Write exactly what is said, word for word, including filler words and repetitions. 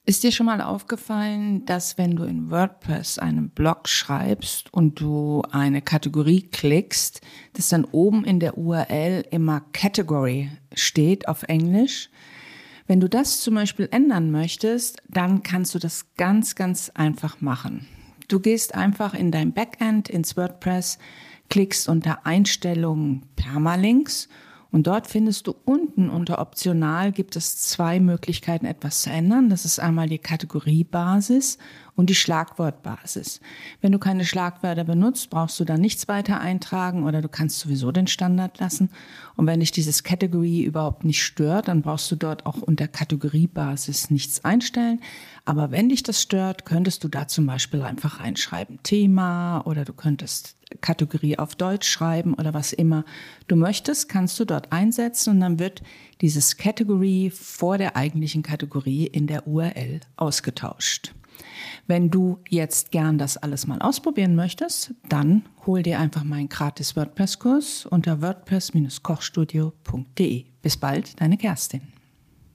Ist dir schon mal aufgefallen, dass wenn du in WordPress einen Blog schreibst und du eine Kategorie klickst, dass dann oben in der U R L immer Category steht auf Englisch? Wenn du das zum Beispiel ändern möchtest, dann kannst du das ganz, ganz einfach machen. Du gehst einfach in dein Backend, ins WordPress, klickst unter Einstellungen Permalinks und dort findest du unten unter Optional gibt es zwei Möglichkeiten, etwas zu ändern. Das ist einmal die Kategoriebasis und die Schlagwortbasis. Wenn du keine Schlagwörter benutzt, brauchst du da nichts weiter eintragen oder du kannst sowieso den Standard lassen. Und wenn dich dieses Category überhaupt nicht stört, dann brauchst du dort auch unter Kategoriebasis nichts einstellen. Aber wenn dich das stört, könntest du da zum Beispiel einfach reinschreiben Thema oder du könntest Kategorie auf Deutsch schreiben oder was immer du möchtest, kannst du dort einsetzen und dann wird dieses Category vor der eigentlichen Kategorie in der U R L ausgetauscht. Wenn du jetzt gern das alles mal ausprobieren möchtest, dann hol dir einfach meinen gratis WordPress-Kurs unter wordpress Bindestrich kochstudio Punkt de. Bis bald, deine Kerstin.